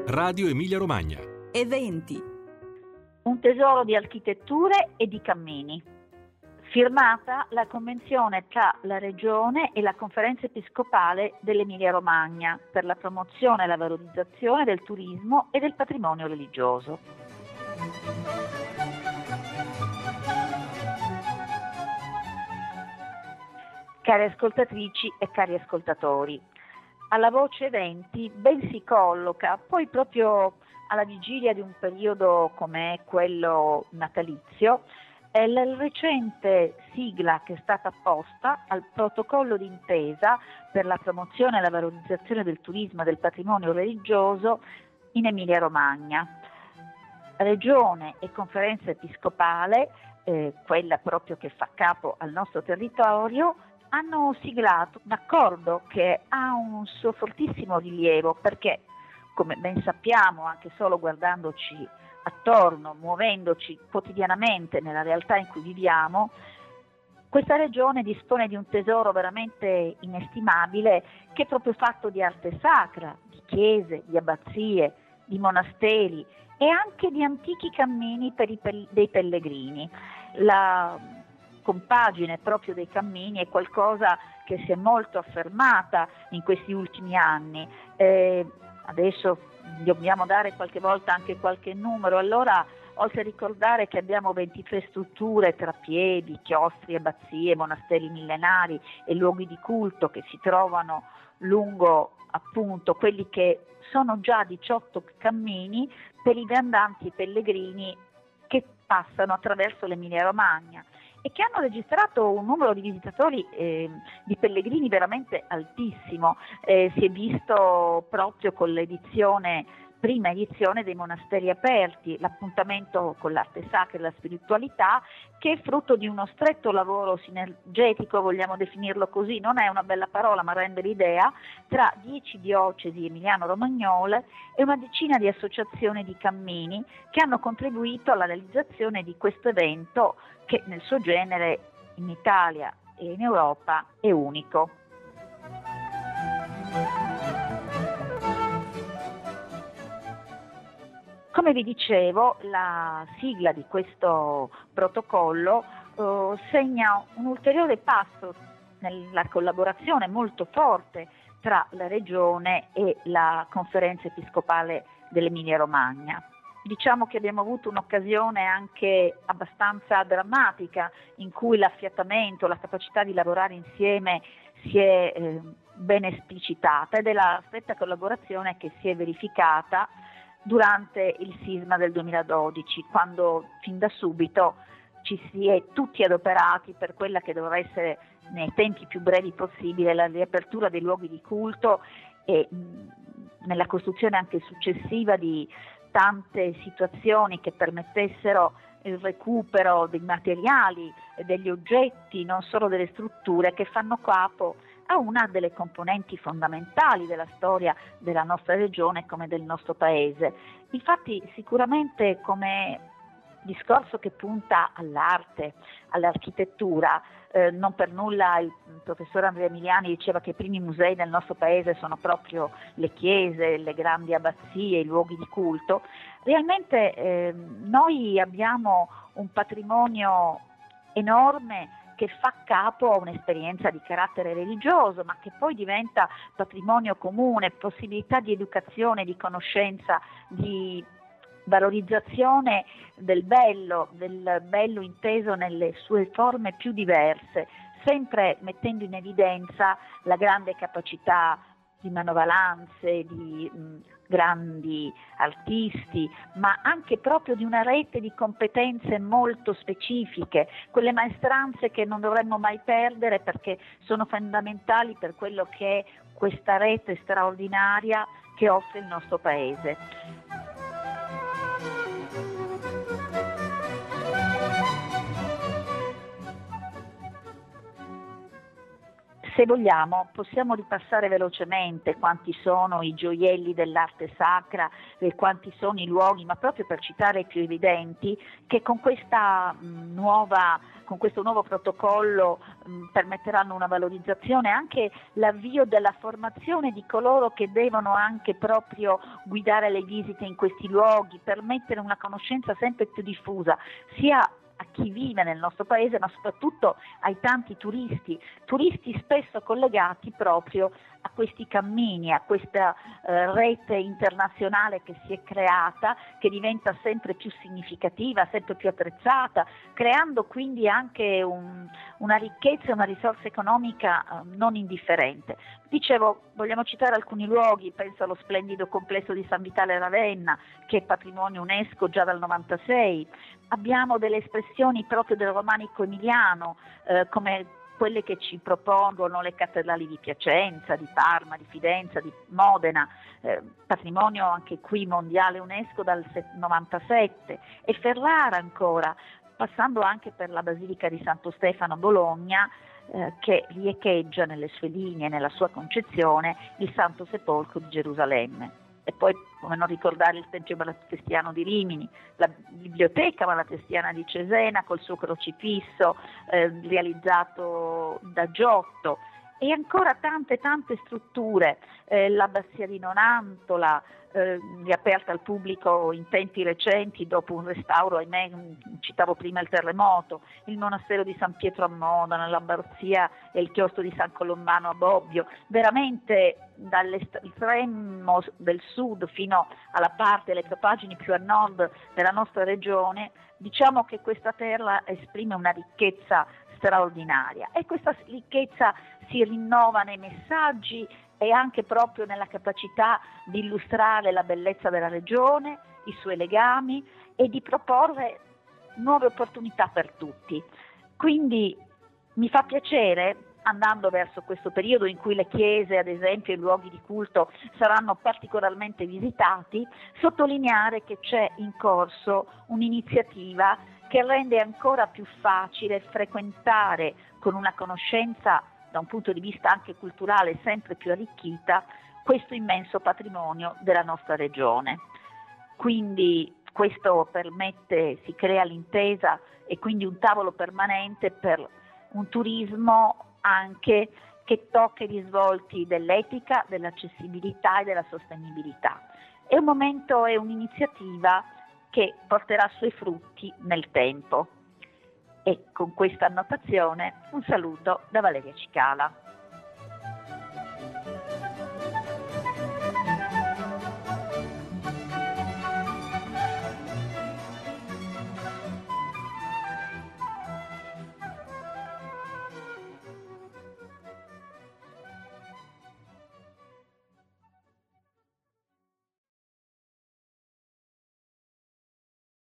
Radio Emilia Romagna. Eventi. Un tesoro di architetture e di cammini. Firmata la convenzione tra la Regione e la Conferenza Episcopale dell'Emilia Romagna per la promozione e la valorizzazione del turismo e del patrimonio religioso. Cari ascoltatrici e cari ascoltatori, alla voce eventi ben si colloca, poi proprio alla vigilia di un periodo come quello natalizio, è la recente sigla che è stata apposta al protocollo d'intesa per la promozione e la valorizzazione del turismo e del patrimonio religioso in Emilia Romagna. Regione e Conferenza Episcopale, quella proprio che fa capo al nostro territorio, hanno siglato un accordo che ha un suo fortissimo rilievo perché, come ben sappiamo, anche solo guardandoci attorno, muovendoci quotidianamente nella realtà in cui viviamo, questa regione dispone di un tesoro veramente inestimabile che è proprio fatto di arte sacra, di chiese, di abbazie, di monasteri e anche di antichi cammini dei pellegrini. La compagine proprio dei cammini è qualcosa che si è molto affermata in questi ultimi anni. Adesso dobbiamo dare qualche volta anche qualche numero, allora oltre a ricordare che abbiamo 23 strutture tra piedi, chiostri, abbazie, monasteri millenari e luoghi di culto che si trovano lungo appunto quelli che sono già 18 cammini per i viandanti e pellegrini che passano attraverso l'Emilia Romagna e che hanno registrato un numero di visitatori, di pellegrini veramente altissimo. Si è visto proprio con prima edizione dei monasteri aperti, l'appuntamento con l'arte sacra e la spiritualità, che è frutto di uno stretto lavoro sinergetico, vogliamo definirlo così, non è una bella parola ma rende l'idea, tra 10 diocesi emiliano-romagnole e una decina di associazioni di cammini che hanno contribuito alla realizzazione di questo evento che nel suo genere in Italia e in Europa è unico. Come vi dicevo, la sigla di questo protocollo segna un ulteriore passo nella collaborazione molto forte tra la Regione e la Conferenza Episcopale dell'Emilia Romagna. Diciamo che abbiamo avuto un'occasione anche abbastanza drammatica in cui l'affiatamento, la capacità di lavorare insieme si è ben esplicitata ed è la stretta collaborazione che si è verificata durante il sisma del 2012, quando fin da subito ci si è tutti adoperati per quella che dovrà essere nei tempi più brevi possibile la riapertura dei luoghi di culto e nella costruzione anche successiva di tante situazioni che permettessero il recupero dei materiali e degli oggetti, non solo delle strutture che fanno capo a una delle componenti fondamentali della storia della nostra regione come del nostro paese. Infatti sicuramente come discorso che punta all'arte, all'architettura, non per nulla il professor Andrea Emiliani diceva che i primi musei del nostro paese sono proprio le chiese, le grandi abbazie, i luoghi di culto. Realmente noi abbiamo un patrimonio enorme che fa capo a un'esperienza di carattere religioso, ma che poi diventa patrimonio comune, possibilità di educazione, di conoscenza, di valorizzazione del bello inteso nelle sue forme più diverse, sempre mettendo in evidenza la grande capacità di manovalanze, di grandi artisti, ma anche proprio di una rete di competenze molto specifiche, quelle maestranze che non dovremmo mai perdere perché sono fondamentali per quello che è questa rete straordinaria che offre il nostro Paese. Se vogliamo possiamo ripassare velocemente quanti sono i gioielli dell'arte sacra e quanti sono i luoghi, ma proprio per citare i più evidenti, che con questo nuovo protocollo permetteranno una valorizzazione, anche l'avvio della formazione di coloro che devono anche proprio guidare le visite in questi luoghi, permettere una conoscenza sempre più diffusa, sia a chi vive nel nostro paese, ma soprattutto ai tanti turisti spesso collegati proprio a questi cammini, a questa rete internazionale che si è creata, che diventa sempre più significativa, sempre più attrezzata, creando quindi anche una ricchezza e una risorsa economica non indifferente. Dicevo, vogliamo citare alcuni luoghi, penso allo splendido complesso di San Vitale Ravenna, che è patrimonio UNESCO già dal 96. Abbiamo delle espressioni proprio del romanico emiliano, come quelle che ci propongono le cattedrali di Piacenza, di Parma, di Fidenza, di Modena, patrimonio anche qui mondiale UNESCO dal 97, e Ferrara ancora, passando anche per la Basilica di Santo Stefano a Bologna, che riecheggia nelle sue linee, nella sua concezione, il Santo Sepolcro di Gerusalemme. E poi, come non ricordare, il Tempio Malatestiano di Rimini, la Biblioteca Malatestiana di Cesena col suo crocifisso realizzato da Giotto, e ancora tante strutture, l'abbazia di Nonantola, riaperta al pubblico in tempi recenti dopo un restauro, ahimè, citavo prima il terremoto, il monastero di San Pietro a Modena, l'abbazia e il chiostro di San Colombano a Bobbio, veramente dall'estremo del sud fino alla parte, alle propagini più a nord della nostra regione. Diciamo che questa terra esprime una ricchezza straordinaria, e questa ricchezza si rinnova nei messaggi e anche proprio nella capacità di illustrare la bellezza della regione, i suoi legami, e di proporre nuove opportunità per tutti. Quindi mi fa piacere, andando verso questo periodo in cui le chiese, ad esempio, e i luoghi di culto saranno particolarmente visitati, sottolineare che c'è in corso un'iniziativa che rende ancora più facile frequentare, con una conoscenza da un punto di vista anche culturale sempre più arricchita, questo immenso patrimonio della nostra regione. Quindi questo si crea l'intesa e quindi un tavolo permanente per un turismo anche che tocca i risvolti dell'etica, dell'accessibilità e della sostenibilità. È un momento e un'iniziativa che porterà i suoi frutti nel tempo. E con questa annotazione un saluto da Valeria Cicala.